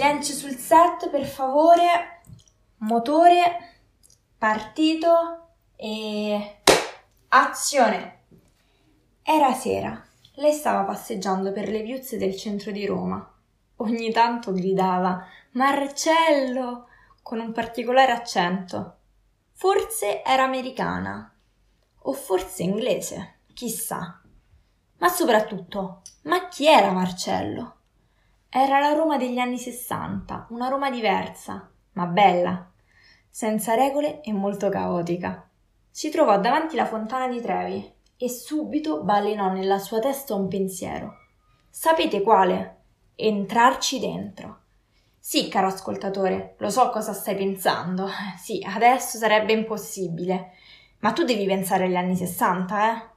Silenzio sul set, per favore. Motore, partito e azione. Era sera. Lei stava passeggiando per le viuzze del centro di Roma. Ogni tanto gridava «Marcello!» con un particolare accento. Forse era americana. O forse inglese, chissà. Ma soprattutto, ma chi era Marcello? Era la Roma degli anni 60, una Roma diversa, ma bella, senza regole e molto caotica. Si trovò davanti la fontana di Trevi e subito balenò nella sua testa un pensiero. Sapete quale? Entrarci dentro. Sì, caro ascoltatore, lo so cosa stai pensando. Sì, adesso sarebbe impossibile. Ma tu devi pensare agli anni 60, eh?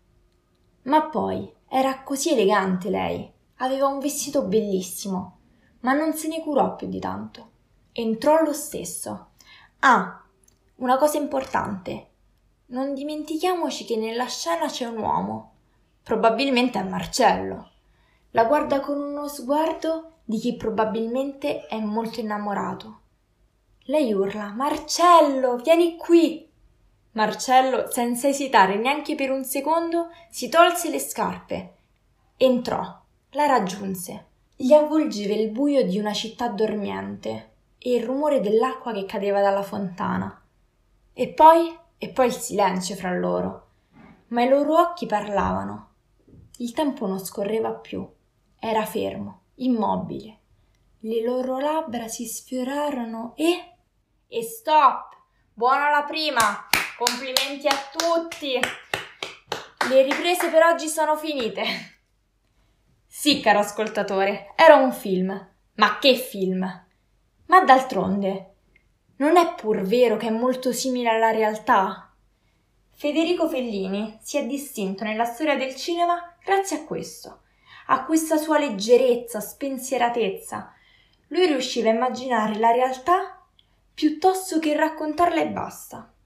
Ma poi era così elegante lei. Aveva un vestito bellissimo, ma non se ne curò più di tanto. Entrò lo stesso. Ah, una cosa importante. Non dimentichiamoci che nella scena c'è un uomo. Probabilmente è Marcello. La guarda con uno sguardo di chi probabilmente è molto innamorato. Lei urla: «Marcello, vieni qui!» Marcello, senza esitare neanche per un secondo, si tolse le scarpe. Entrò. La raggiunse. Gli avvolgeva il buio di una città dormiente e il rumore dell'acqua che cadeva dalla fontana. E poi il silenzio fra loro. Ma i loro occhi parlavano. Il tempo non scorreva più. Era fermo, immobile. Le loro labbra si sfiorarono E stop! Buona la prima! Complimenti a tutti! Le riprese per oggi sono finite. Sì, caro ascoltatore, era un film. Ma che film! Ma d'altronde, non è pur vero che è molto simile alla realtà? Federico Fellini si è distinto nella storia del cinema grazie a questa sua leggerezza, spensieratezza. Lui riusciva a immaginare la realtà piuttosto che raccontarla e basta.